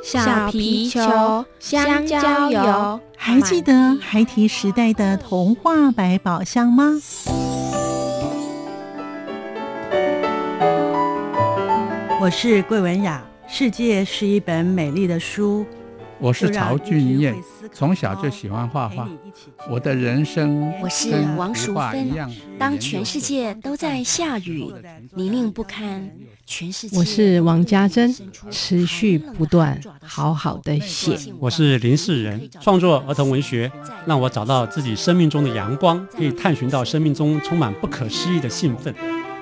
小皮球、香蕉油。 还记得孩提时代的童话百宝箱吗？ 我是桂文雅，世界是一本美丽的书。 我是曹俊彦，从小就喜欢画画。我的人生我是王淑芬。当全世界都在下雨，泥泞不堪，全世界。 我是王家珍，持续不断，好好的写。 我是林世仁，创作儿童文学，让我找到自己生命中的阳光，可以探寻到生命中充满不可思议的兴奋。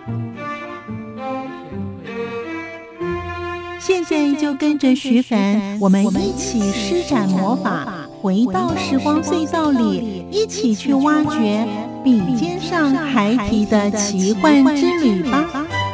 现在就跟着徐凡，我们一起施展魔法，回到时光隧道里，一起去挖掘笔尖上孩提的奇幻之旅吧。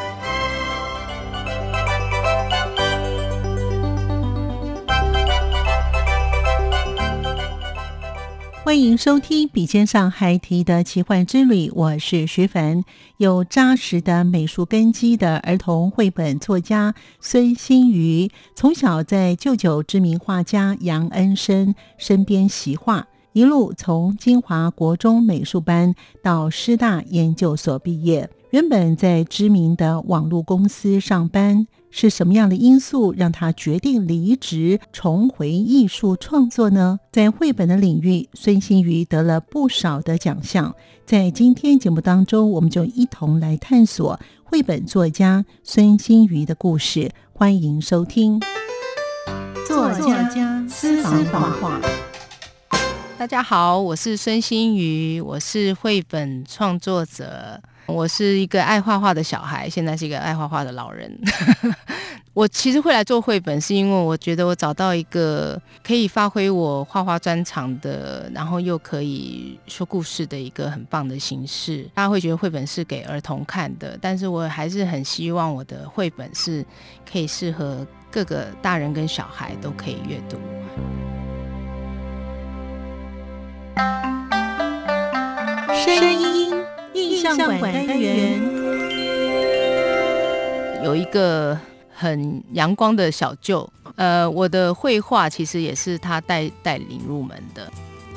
欢迎收听笔尖上孩提的奇幻之旅，我是徐凡。有扎实的美术根基的儿童绘本作家孙心瑜，从小在舅舅知名画家杨恩生身边习画，一路从金华国中美术班到师大研究所毕业。原本在知名的网络公司上班，是什么样的因素让他决定离职重回艺术创作呢？在绘本的领域，孙心瑜得了不少的奖项。在今天节目当中，我们就一同来探索绘本作家孙心瑜的故事。欢迎收听作家私房话。 大家好，我是孙心瑜，我是绘本创作者。我是一个爱画画的小孩，现在是一个爱画画的老人。我其实会来做绘本，是因为我觉得我找到一个可以发挥我画画专长的，然后又可以说故事的一个很棒的形式。大家会觉得绘本是给儿童看的，但是我还是很希望我的绘本是可以适合各个大人跟小孩都可以阅读。 声音印象馆单元， 有一个很阳光的小舅，我的绘画其实也是他带领入门的，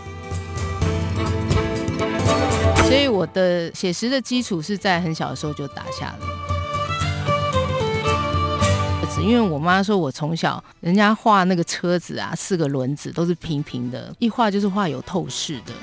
所以我的写实的基础是在很小的时候就打下了。因为我妈说我从小人家画那个车子啊，4个轮子都是平平的，一画就是画有透视的。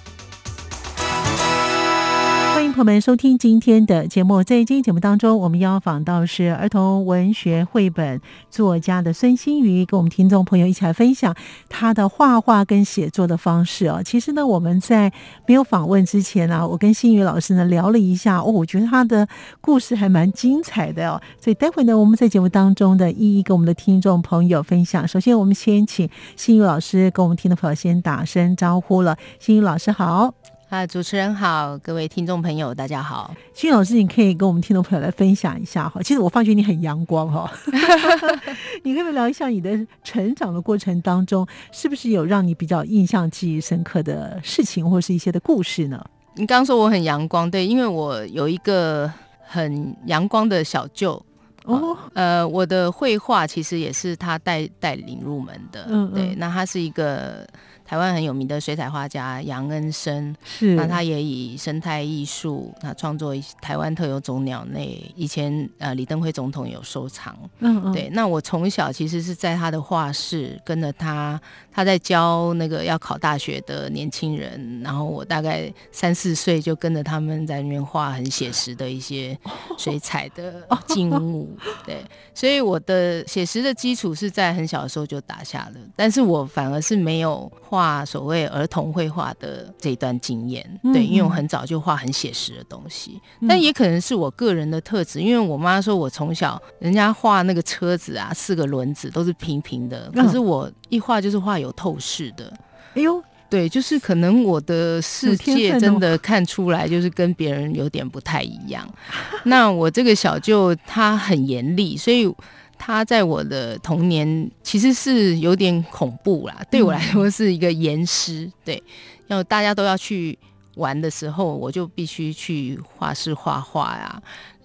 欢迎朋友们收听今天的节目。在今天节目当中，我们邀访到是儿童文学绘本作家的孙心瑜，跟我们听众朋友一起来分享他的画画跟写作的方式哦。其实呢，我们在没有访问之前啊，我跟心瑜老师呢聊了一下我觉得他的故事还蛮精彩的哦。所以待会呢，我们在节目当中的一一跟我们的听众朋友分享。首先，我们先请心瑜老师跟我们听众朋友先打声招呼了。心瑜老师好。 主持人好，各位听众朋友大家好。 心瑜老师，你可以跟我们听众朋友来分享一下哈。其实我发觉你很阳光哈，你可不可以聊一下你的成长的过程当中，是不是有让你比较印象记忆深刻的事情，或是一些的故事呢？ 你刚刚说我很阳光，对，因为我有一个很阳光的小舅。我的绘画其实也是他带领入门的，对，那他是一个台湾很有名的水彩画家杨恩生，是，那他也以生态艺术，他创作台湾特有种鸟类，以前李登辉总统有收藏，对，那我从小其实是在他的画室跟着他在教那个要考大学的年轻人，然后我大概3、4岁就跟着他们在那边画很写实的一些水彩的静物。对，所以我的写实的基础是在很小的时候就打下了，但是我反而是没有画所谓儿童绘画的这一段经验，对，因为我很早就画很写实的东西，但也可能是我个人的特质，因为我妈说我从小人家画那个车子啊，4个轮子都是平平的，可是我一画就是画有透视的。哎呦，对，就是可能我的世界真的看出来就是跟别人有点不太一样。那我这个小舅他很严厉，所以他在我的童年其实是有点恐怖啦，对我来说是一个严师，对，要大家都要去玩的时候，我就必须去画室画画呀，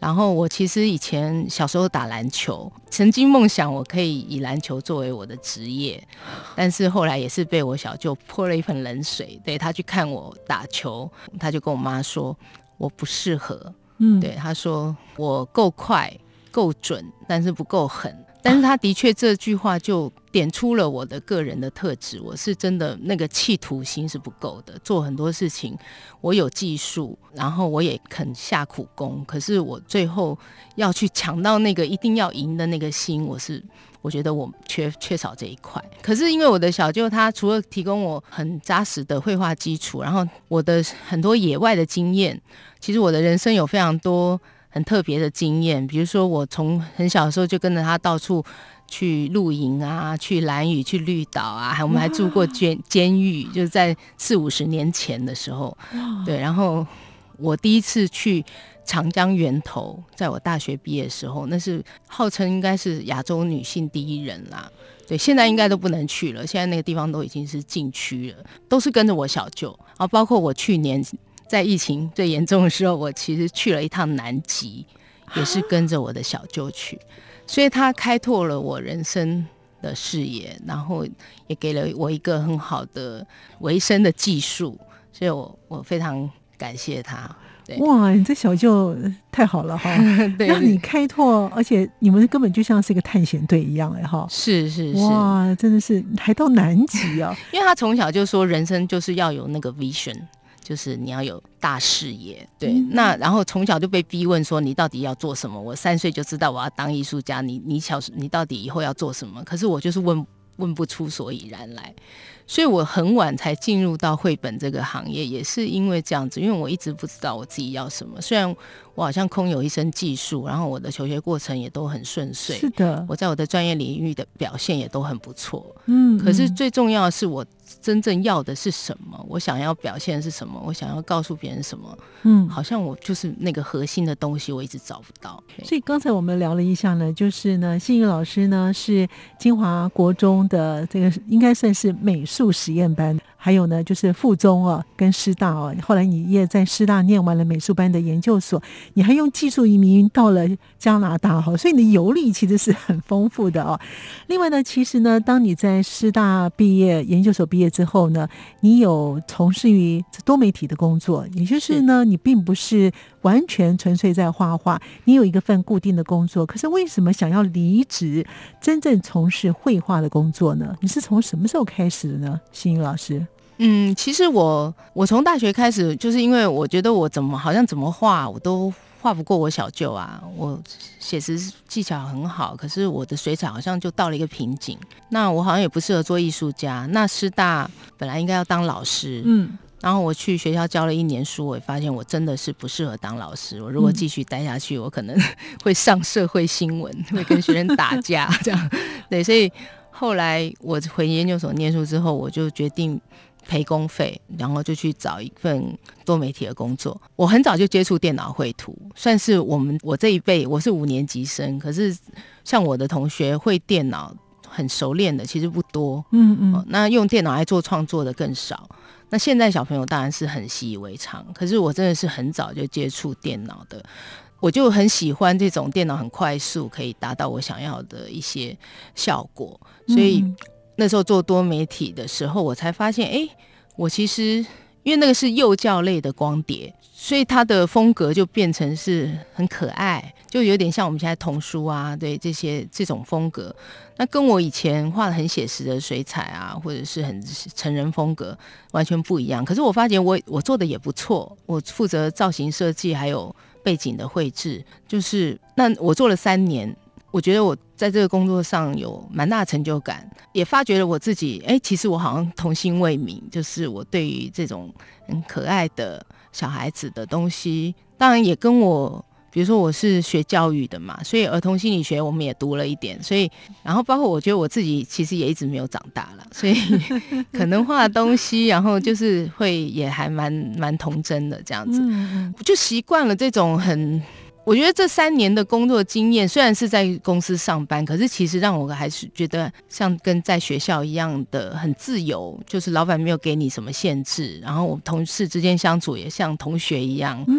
然后我其实以前小时候打篮球，曾经梦想我可以以篮球作为我的职业，但是后来也是被我小舅泼了一盆冷水。对，他去看我打球，他就跟我妈说我不适合。对，他说我够快够准，但是不够狠。但是他的确这句话就点出了我的个人的特质，我是真的那个企图心是不够的，做很多事情我有技术，然后我也肯下苦功，可是我最后要去抢到那个一定要赢的那个心，我觉得我缺少这一块。可是因为我的小舅他除了提供我很扎实的绘画基础，然后我的很多野外的经验，其实我的人生有非常多很特别的经验，比如说我从很小的时候就跟着他到处去露营啊，去兰屿，去绿岛啊，我们还住过监狱，就是在40-50年前的时候。对，然后我第一次去长江源头，在我大学毕业的时候，那是号称应该是亚洲女性第一人啦。对，现在应该都不能去了，现在那个地方都已经是禁区了，都是跟着我小舅。然后包括我去年在疫情最严重的时候，我其实去了一趟南极，也是跟着我的小舅去，所以他开拓了我人生的视野，然后也给了我一个很好的维生的技术，所以我非常感谢他。 哇，你这小舅太好了哈！让你开拓，而且你们根本就像是一个探险队一样哎哈！ 是， 哇，真的是还到南极啊！ 因为他从小就说人生就是要有那个 vision， 就是你要有大视野。对，那然后从小就被逼问说你到底要做什么？我3岁就知道我要当艺术家，你到底以后要做什么？可是我就是问不出所以然来。所以我很晚才进入到绘本这个行业，也是因为这样子，因为我一直不知道我自己要什么。虽然我好像空有一身技术，然后我的求学过程也都很顺遂， 是的， 我在我的专业领域的表现也都很不错。可是最重要的是我真正要的是什么，我想要表现的是什么，我想要告诉别人什么。好像我就是那个核心的东西我一直找不到。 所以刚才我们聊了一下呢，就是呢信宇老师呢是金华国中的这个应该算是美术实验班，还有呢就是附中啊跟师大啊，后来你也在师大念完了美术班的研究所，你还用技术移民到了加拿大哈，所以你的游历其实是很丰富的哦。另外呢，其实呢，当你在师大毕业、研究所毕业之后呢，你有从事于多媒体的工作，也就是呢，你并不是完全纯粹在画画，你有一个份固定的工作。可是为什么想要离职，真正从事绘画的工作呢？你是从什么时候开始的呢，信宇老师？ 其实我从大学开始，就是因为我觉得我怎么画我都画不过我小舅啊，我写实技巧很好，可是我的水彩好像就到了一个瓶颈，那我好像也不适合做艺术家。那师大本来应该要当老师，然后我去学校教了1年书，我也发现我真的是不适合当老师，我如果继续待下去，我可能会上社会新闻，会跟学生打架这样。对，所以后来我回研究所念书之后，我就决定赔公费，然后就去找一份多媒体的工作。我很早就接触电脑绘图，算是我这一辈，我是5年级生，可是像我的同学会电脑很熟练的其实不多，那用电脑来做创作的更少。那现在小朋友当然是很习以为常，可是我真的是很早就接触电脑的，我就很喜欢这种电脑很快速可以达到我想要的一些效果，所以那时候做多媒体的时候，我才发现我其实因为那个是幼教类的光碟，所以它的风格就变成是很可爱，就有点像我们现在童书啊，对，这种风格，那跟我以前画的很写实的水彩啊，或者是很成人风格完全不一样。可是我发现我做的也不错，我负责造型设计还有背景的绘制，就是那我做了3年，我觉得我在这个工作上有蛮大的成就感，也发觉了我自己其实我好像童心未泯，就是我对于这种很可爱的小孩子的东西，当然也跟我比如说我是学教育的嘛，所以儿童心理学我们也读了一点，所以然后包括我觉得我自己其实也一直没有长大了，所以可能画的东西然后就是会也还蛮童真的这样子，我就习惯了这种我觉得这3年的工作经验虽然是在公司上班，可是其实让我还是觉得像跟在学校一样的很自由，就是老板没有给你什么限制，然后我们同事之间相处也像同学一样，对，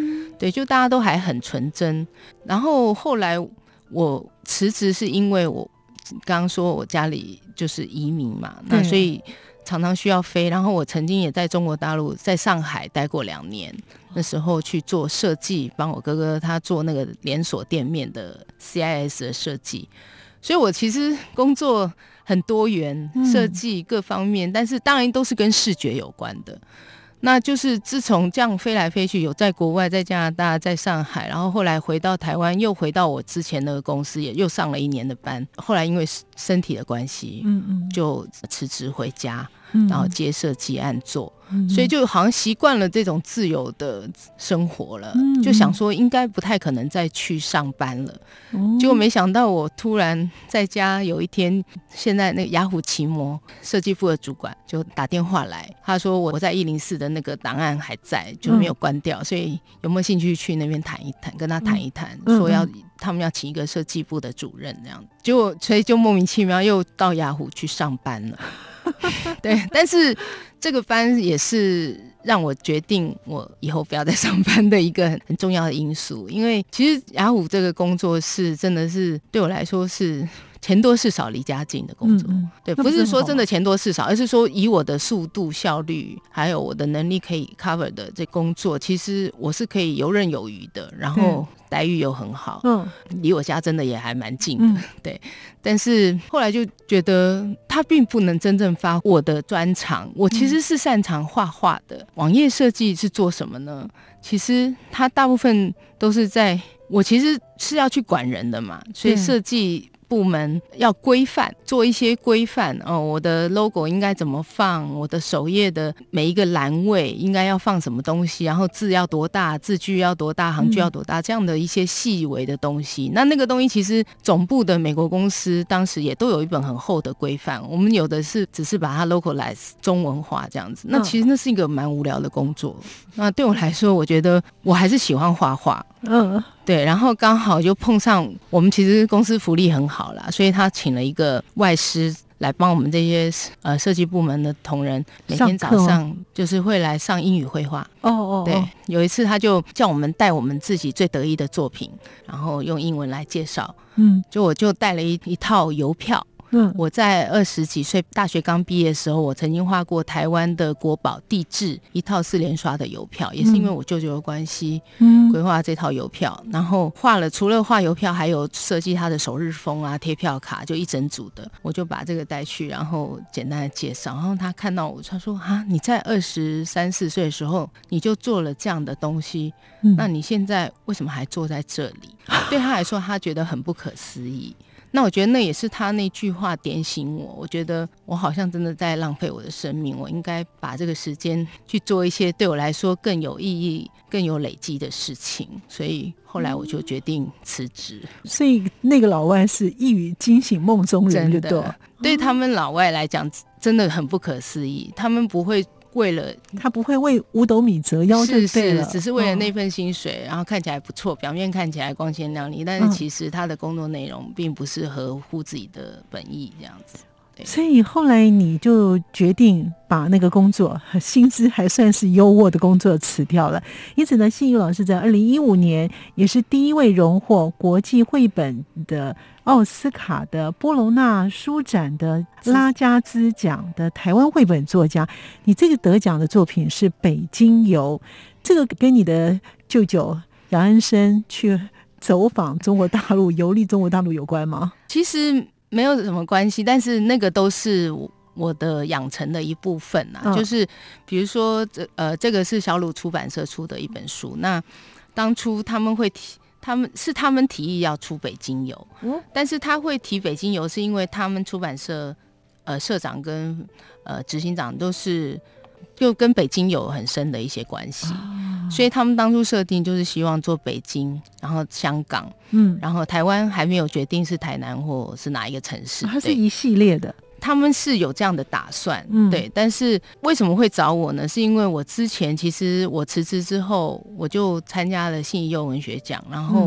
对，就大家都还很纯真。然后后来我辞职是因为我刚刚说我家里就是移民嘛，那所以常常需要飞，然后我曾经也在中国大陆在上海待过2年，那时候去做设计，帮我哥哥他做那个连锁店面的 CIS 的设计，所以我其实工作很多元，设计各方面，但是当然都是跟视觉有关的。那就是自从这样飞来飞去，有在国外，在加拿大，在上海，然后后来回到台湾，又回到我之前那个公司，也又上了1年的班。后来因为身体的关系，就辞职回家，然后接设计案做，所以就好像习惯了这种自由的生活了，就想说应该不太可能再去上班了。结果没想到我突然在家有一天，现在那个雅虎奇摩设计部的主管就打电话来，他说我在104的那个档案还在，就没有关掉，所以有没有兴趣去那边谈一谈，跟他谈一谈，说他们要请一个设计部的主任这样，结果所以就莫名其妙又到雅虎去上班了。对，但是这个班也是让我决定我以后不要再上班的一个很重要的因素，因为其实雅虎这个工作是真的是对我来说是钱多事少离家近的工作，对，不是说真的钱多事少，而是说以我的速度效率还有我的能力可以 cover 的这工作，其实我是可以游刃有余的，然后待遇又很好，离我家真的也还蛮近的，对。但是后来就觉得它并不能真正发我的专长，我其实是擅长画画的。网页设计是做什么呢？其实它大部分都是我其实是要去管人的嘛，所以设计部门要规范，做一些规范我的 logo 应该怎么放，我的首页的每一个栏位应该要放什么东西，然后字要多大，字距要多大，行距要多大，这样的一些细微的东西。那个东西其实总部的美国公司当时也都有一本很厚的规范，我们有的是只是把它 localize 中文化这样子，那其实那是一个蛮无聊的工作。那对我来说，我觉得我还是喜欢画画，对，然后刚好就碰上我们其实公司福利很好啦，所以他请了一个外师来帮我们这些设计部门的同仁，每天早上就是会来上英语绘画。对，有一次他就叫我们带我们自己最得意的作品，然后用英文来介绍。我就带了一套邮票。我在20几岁大学刚毕业的时候，我曾经画过台湾的国宝地质一套4连刷的邮票，也是因为我舅舅的关系规划这套邮票，然后画了除了画邮票还有设计他的首日封啊、贴票卡，就一整组的，我就把这个带去，然后简单的介绍，然后他看到我，他说你在23、24岁的时候你就做了这样的东西，那你现在为什么还坐在这里？对他来说他觉得很不可思议。那我觉得那也是他那句话点醒我，我觉得我好像真的在浪费我的生命，我应该把这个时间去做一些对我来说更有意义、更有累积的事情，所以后来我就决定辞职。 所以那个老外是一语惊醒梦中人， 真的，对他们老外来讲真的很不可思议，他们不会他不会为5斗米折腰就对了， 只是为了那份薪水，然后看起来不错，表面看起来光鲜亮丽，但是其实他的工作内容并不是合乎自己的本意这样子。 所以后来你就决定把那个工作薪资还算是优渥的工作辞掉了。因此呢，信宇老师在2015年也是第一位荣获国际绘本的奥斯卡的波隆纳书展的拉加兹奖的台湾绘本作家。你这个得奖的作品是《北京游》，这个跟你的舅舅杨恩生去走访中国大陆、游历中国大陆有关吗？ 其实没有什么关系，但是那个都是我的养成的一部分啊。就是比如说这个是小鲁出版社出的一本书，那当初他们提议要出北京游，但是他会提北京游是因为他们出版社社长跟执行长都是就跟北京有很深的一些关系，所以他们当初设定就是希望做北京，然后香港，然后台湾还没有决定是台南或是哪一个城市， 它是一系列的。 他们是有这样的打算，对。但是为什么会找我呢？是因为我辞职之后，我就参加了信义幼文学奖，然后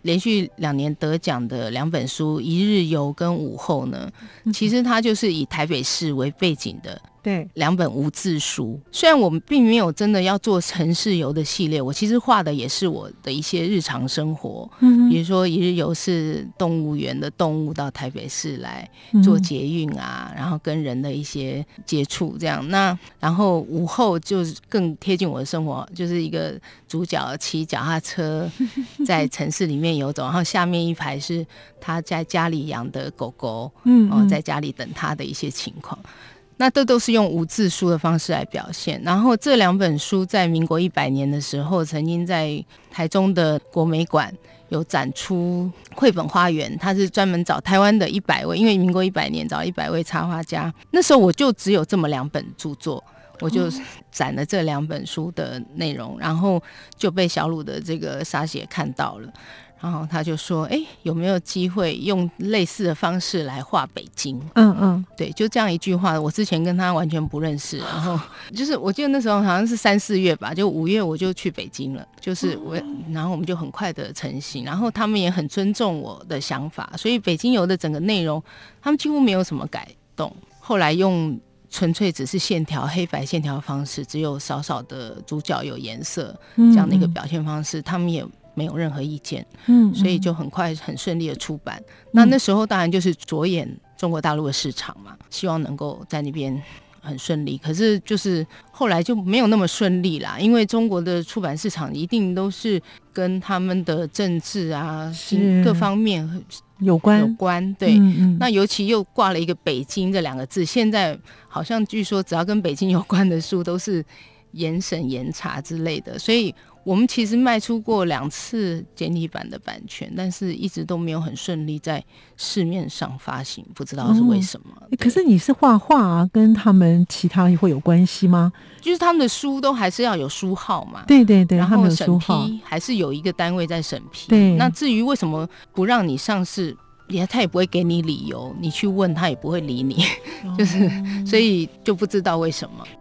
连续2年得奖的2本书《一日游》跟《午后》呢，其实它就是以台北市为背景的对 2本无字书。虽然我们并没有真的要做城市游的系列，我其实画的也是我的一些日常生活，比如说一日游是动物园的动物到台北市来做捷运啊，然后跟人的一些接触这样。那然后午后就是更贴近我的生活，就是一个主角骑脚踏车在城市里面游走，然后下面一排是他在家里养的狗狗，在家里等他的一些情况。那这都是用无字书的方式来表现。然后这2本书在民国100年的时候，曾经在台中的国美馆有展出绘本花园，它是专门找台湾的100位，因为民国100年找100位插画家。那时候我就只有这么2本著作，我就展了这2本书的内容，然后就被小鲁的这个沙姐看到了。然后他就说有没有机会用类似的方式来画北京。对，就这样一句话，我之前跟他完全不认识，然后就是我记得那时候好像是3、4月吧，就5月我就去北京了，就是然后我们就很快的成型，然后他们也很尊重我的想法，所以北京游的整个内容他们几乎没有什么改动。后来用纯粹只是线条黑白线条的方式，只有少少的主角有颜色这样的一个表现方式，他们也没有任何意见，所以就很快很顺利的出版。那时候当然就是着眼中国大陆的市场嘛，希望能够在那边很顺利。可是就是后来就没有那么顺利啦，因为中国的出版市场一定都是跟他们的政治啊各方面有关。 对，那尤其又挂了一个北京这2个字，现在好像据说只要跟北京有关的书都是严审严查之类的，所以我们其实卖出过2次简体版的版权，但是一直都没有很顺利在市面上发行，不知道是为什么。 可是你是画画啊，跟他们其他会有关系吗？ 就是他们的书都还是要有书号嘛， 对对对， 然后审批还是有一个单位在审批。 对， 那至于为什么不让你上市，他也不会给你理由，你去问他也不会理你，就是所以就不知道为什么。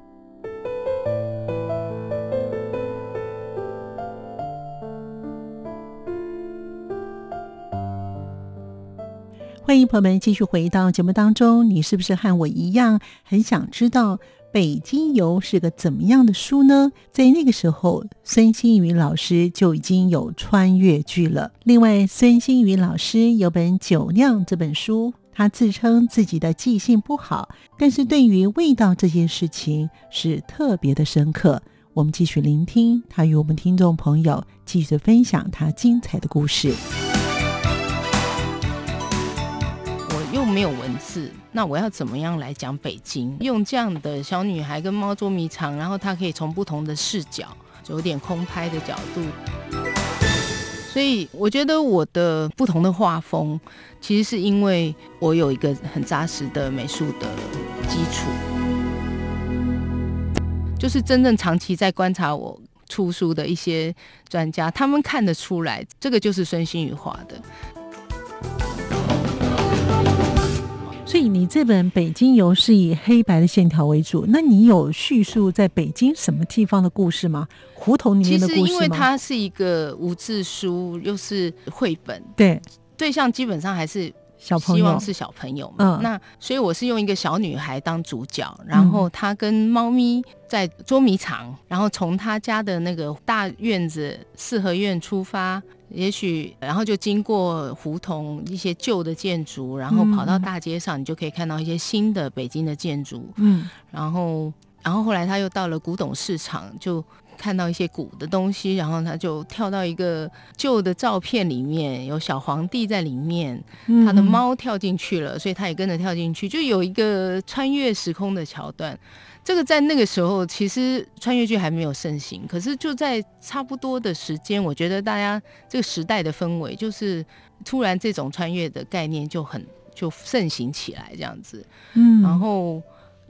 欢迎朋友们继续回到节目当中，你是不是和我一样很想知道北京游是个怎么样的书呢？在那个时候，孙欣瑜老师就已经有穿越剧了。另外，孙欣瑜老师有本《酒酿》这本书，他自称自己的记性不好，但是对于味道这件事情是特别的深刻。我们继续聆听他与我们听众朋友继续分享他精彩的故事。 又没有文字，那我要怎么样来讲北京？用这样的小女孩跟猫捉迷藏，然后她可以从不同的视角，有点空拍的角度，所以我觉得我的不同的画风，其实是因为我有一个很扎实的美术的基础，就是真正长期在观察我出书的一些专家，他们看得出来，这个就是孙欣瑜画的。 所以你这本《北京游》是以黑白的线条为主，那你有叙述在北京什么地方的故事吗？胡同里面的故事吗？ 其实因为它是一个无字书，又是绘本， 对， 对象基本上还是小朋友， 希望是小朋友嘛。那所以我是用一个小女孩当主角，然后她跟猫咪在捉迷藏，然后从她家的那个大院子四合院出发，也许然后就经过胡同一些旧的建筑，然后跑到大街上，你就可以看到一些新的北京的建筑。然后后来他又到了古董市场，就看到一些古的东西，然后他就跳到一个旧的照片里面，有小皇帝在里面，他的猫跳进去了，所以他也跟着跳进去，就有一个穿越时空的桥段。这个在那个时候其实穿越剧还没有盛行，可是就在差不多的时间，我觉得大家这个时代的氛围，就是突然这种穿越的概念就盛行起来这样子。然后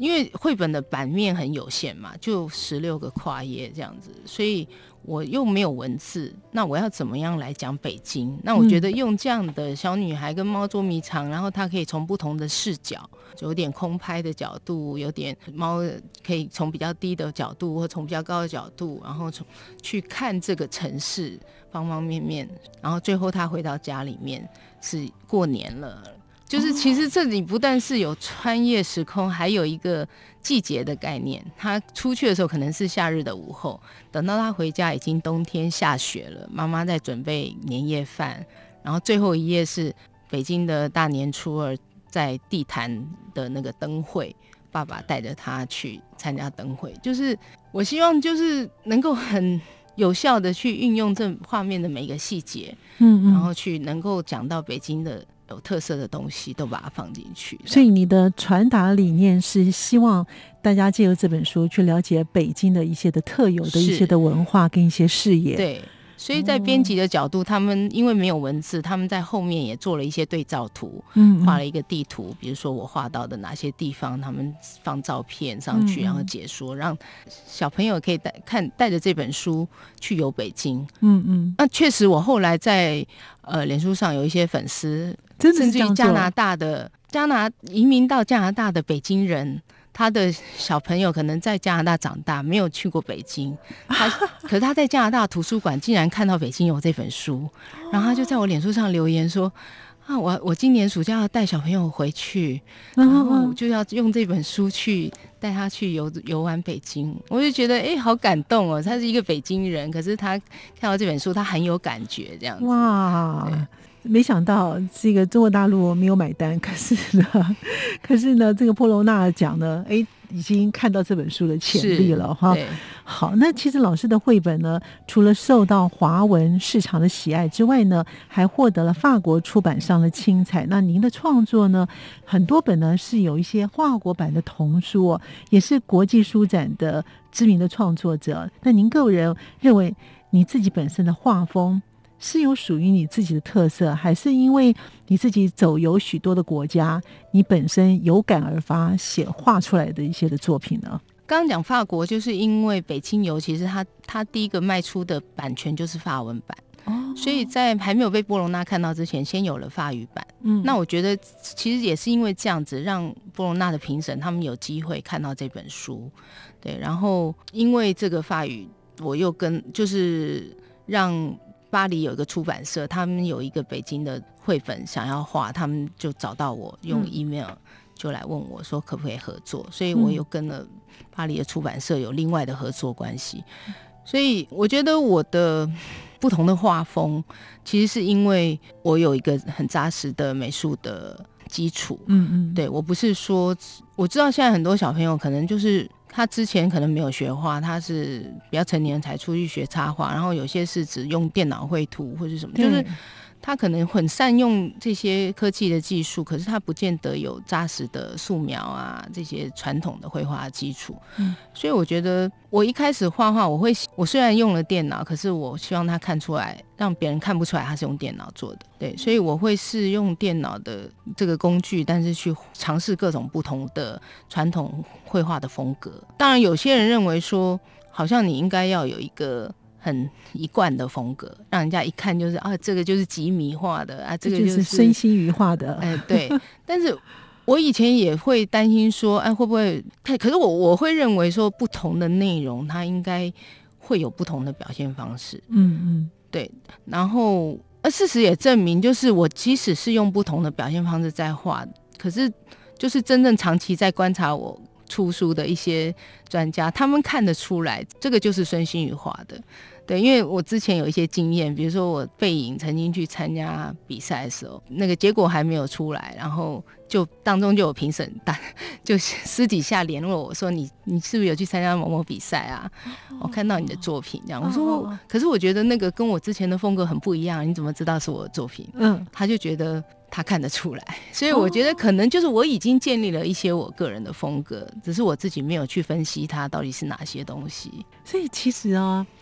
因为绘本的版面很有限嘛，就16个跨页这样子，所以我又没有文字，那我要怎么样来讲北京？那我觉得用这样的小女孩跟猫捉迷藏，然后她可以从不同的视角，就有点空拍的角度，有点猫可以从比较低的角度或从比较高的角度，然后去看这个城市方方面面，然后最后她回到家里面是过年了。就是其实这里不但是有穿越时空，还有一个季节的概念。他出去的时候可能是夏日的午后，等到他回家已经冬天下雪了，妈妈在准备年夜饭，然后最后一页是北京的大年初二在地坛的那个灯会，爸爸带着他去参加灯会。就是我希望就是能够很有效的去运用这画面的每一个细节，然后去能够讲到北京的有特色的东西都把它放进去。 所以你的传达理念是希望大家借由这本书去了解北京的一些的特有的一些的文化跟一些视野。 对，所以在编辑的角度，他们因为没有文字，他们在后面也做了一些对照图，画了一个地图，比如说我画到的哪些地方，他们放照片上去，然后解说，让小朋友可以带着这本书去游北京。那确实，我后来在脸书上有一些粉丝，甚至于加拿大移民到加拿大的北京人。他的小朋友可能在加拿大长大，没有去过北京，可是他在加拿大图书馆竟然看到北京有这本书，然后他就在我脸书上留言说我今年暑假要带小朋友回去，然后就要用这本书去带他去游玩北京。我就觉得好感动哦，他是一个北京人，可是他看到这本书他很有感觉这样子。 哇，没想到这个中国大陆没有买单，可是呢这个波隆纳奖呢已经看到这本书的潜力了哈。好，那其实老师的绘本呢，除了受到华文市场的喜爱之外呢，还获得了法国出版商的青睐。那您的创作呢，很多本呢是有一些法国版的童书也是国际书展的知名的创作者。那您个人认为你自己本身的画风是有属于你自己的特色，还是因为你自己走游许多的国家，你本身有感而发画出来的一些的作品呢？ 刚刚讲法国，就是因为北京游其实它第一个卖出的版权就是法文版，所以在还没有被波隆纳看到之前，先有了法语版。那我觉得其实也是因为这样子，让波隆纳的评审他们有机会看到这本书。对，然后因为这个法语，我又就是让巴黎有一个出版社，他们有一个北京的绘本想要画，他们就找到我，用 email 就来问我说可不可以合作，所以我又跟了巴黎的出版社有另外的合作关系。所以我觉得我的不同的画风，其实是因为我有一个很扎实的美术的基础。对，我不是说，我知道现在很多小朋友可能就是他之前可能没有学画，他是比较成年才出去学插画，然后有些是只用电脑绘图或是什么，就是他可能很善用这些科技的技术，可是他不见得有扎实的素描啊这些传统的绘画的基础。所以我觉得我一开始画画，我虽然用了电脑，可是我希望他看出来，让别人看不出来他是用电脑做的。对，所以我会是用电脑的这个工具，但是去尝试各种不同的传统绘画的风格。当然有些人认为说，好像你应该要有一个很一贯的风格，让人家一看就是这个就是吉米画的这个就是孙心瑜画的。 对。但是我以前也会担心说，会不会可是我会认为说，不同的内容它应该会有不同的表现方式。对。然后事实也证明，就是我即使是用不同的表现方式在画，可是就是真正长期在观察我出书的一些专家，他们看得出来这个就是孙心瑜画的。对，因为我之前有一些经验，比如说我背影曾经去参加比赛的时候，那个结果还没有出来，然后就当中就有评审就私底下联络我说，你是不是有去参加某某比赛啊？我看到你的作品这样。我说可是我觉得那个跟我之前的风格很不一样，你怎么知道是我的作品？他就觉得他看得出来。所以我觉得可能就是我已经建立了一些我个人的风格，只是我自己没有去分析它到底是哪些东西。 所以其实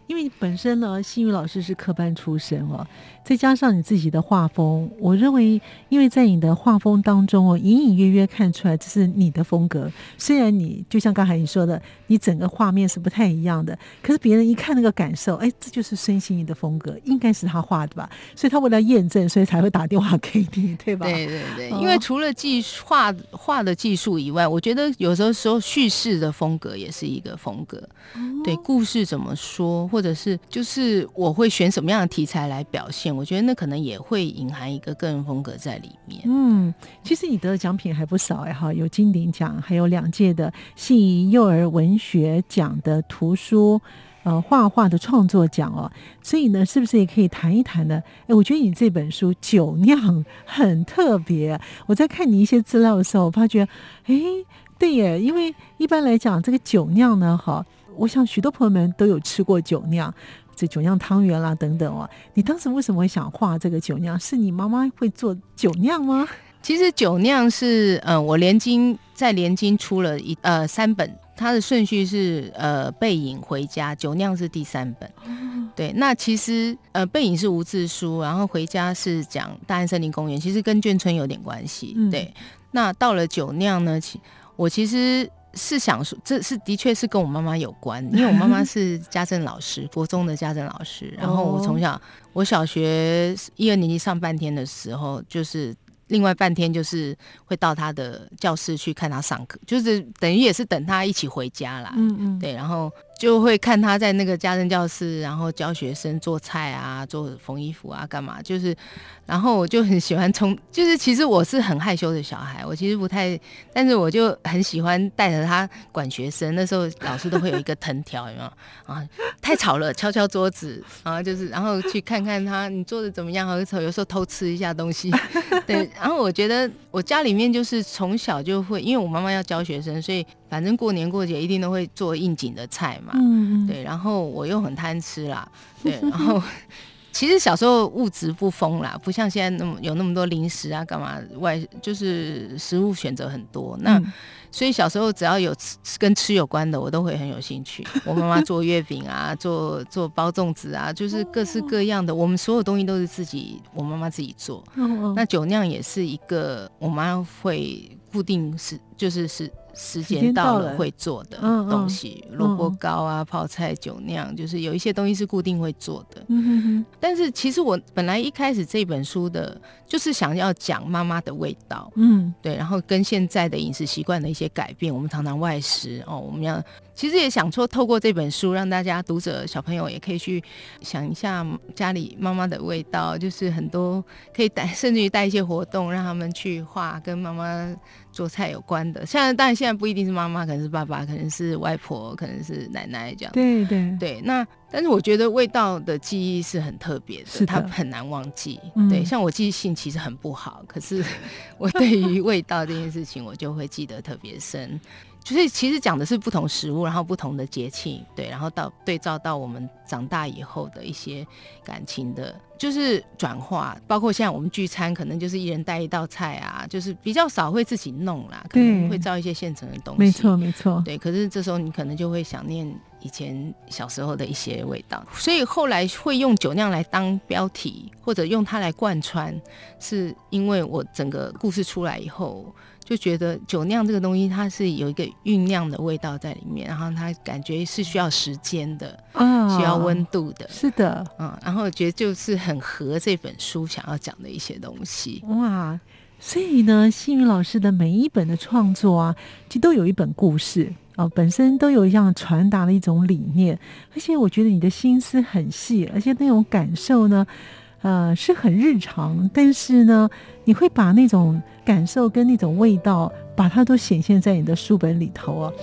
因为本身呢，新宇老师是科班出身哦，再加上你自己的画风，我认为，因为在你的画风当中哦，隐隐约约看出来这是你的风格。虽然你就像刚才你说的，你整个画面是不太一样的，可是别人一看那个感受，哎，这就是孙欣怡的风格，应该是他画的吧？所以他为了验证，所以才会打电话给你，对吧？ 对对对，因为除了画的技术以外，我觉得有时候叙事的风格也是一个风格。对，故事怎么说，或者是就是我会选什么样的题材来表现，我觉得那可能也会隐含一个个人风格在里面。 其实你得的奖品还不少有金鼎奖，还有2届的信宜幼儿文学奖的图书画画的创作奖哦，所以呢，是不是也可以谈一谈呢？我觉得你这本书《酒酿》很特别。我在看你一些资料的时候，我发觉，对耶，因为一般来讲，这个酒酿呢，我想许多朋友们都有吃过酒酿，这酒酿汤圆啦等等哦。你当时为什么会想画这个酒酿？是你妈妈会做酒酿吗？ 其实酒酿是我在联经出了3本，它的顺序是背影回家，酒酿是第3本。对，那其实背影是无字书，然后回家是讲大安森林公园，其实跟眷村有点关系。对，那到了酒酿呢，我其实是想说，这是的确是跟我妈妈有关，因为我妈妈是家政老师，国中的家政老师。然后我小学1、2年级上半天的时候，就是另外半天就是会到他的教室去看他上课，就是等于也是等他一起回家啦。对，然后就会看他在那个家政教室，然后教学生做菜啊，做缝衣服啊，干嘛，就是然后我就很喜欢就是其实我是很害羞的小孩，我其实不太，但是我就很喜欢带着他管学生。那时候老师都会有一个藤条，有没有啊？太吵了，敲敲桌子，然后就是然后去看看他你做的怎么样，有时候偷吃一下东西。对，然后我觉得我家里面就是从小就会，因为我妈妈要教学生，所以反正过年过节一定都会做应景的菜嘛。对，然后我又很贪吃啦，对，然后其实小时候物质不丰啦，不像现在有那么多零食啊，干嘛就是食物选择很多。那所以小时候只要有跟吃有关的，我都会很有兴趣。我妈妈做月饼啊，做包粽子啊，就是各式各样的，我们所有东西都是我妈妈自己做。那酒酿也是一个我妈会固定时间到了会做的东西，萝卜糕啊，泡菜酒酿，就是有一些东西是固定会做的。但是其实我本来一开始这本书的就是想要讲妈妈的味道，对，然后跟现在的饮食习惯的一些改变，我们常常外食我们要其实也想说透过这本书让大家读者小朋友也可以去想一下家里妈妈的味道，就是很多可以甚至于带一些活动让他们去画跟妈妈做菜有关的。当然现在不一定是妈妈，可能是爸爸，可能是外婆，可能是奶奶这样。 对对对，那但是我觉得味道的记忆是很特别的，它很难忘记。对，像我记性其实很不好，可是我对于味道这件事情我就会记得特别深。就是其实讲的是不同食物，然后不同的节庆，对，然后对照到我们长大以后的一些感情的就是转化，包括现在我们聚餐可能就是一人带一道菜啊，就是比较少会自己弄啦，可能会照一些现成的东西。 没错没错， 对，可是这时候你可能就会想念以前小时候的一些味道，所以后来会用酒酿来当标题或者用它来贯穿，是因为我整个故事出来以后就觉得酒酿这个东西它是有一个酝酿的味道在里面，然后它感觉是需要时间的，需要温度的。 是的， 然后我觉得就是很合这本书想要讲的一些东西。 哇，所以呢，星云老师的每一本的创作啊，其实都有一本故事本身都有一样传达的一种理念，而且我觉得你的心思很细，而且那种感受呢是很日常，但是呢你会把那种感受跟那种味道把它都显现在你的书本里头啊。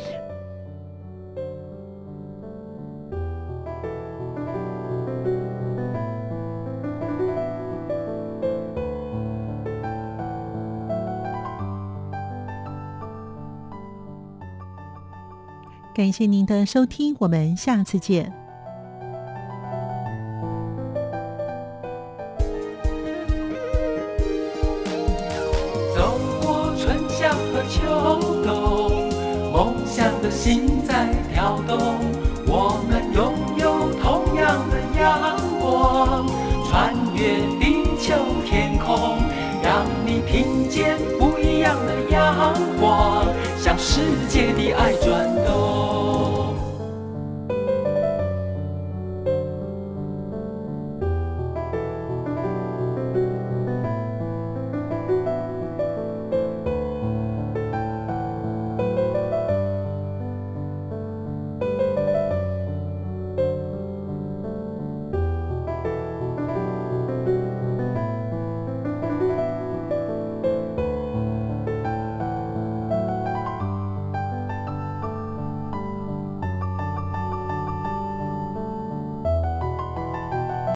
感谢您的收听，我们下次见。 走过春夏和秋冬，梦想的心在跳动，我们拥有同样听见不一样的阳光，向世界的爱转动。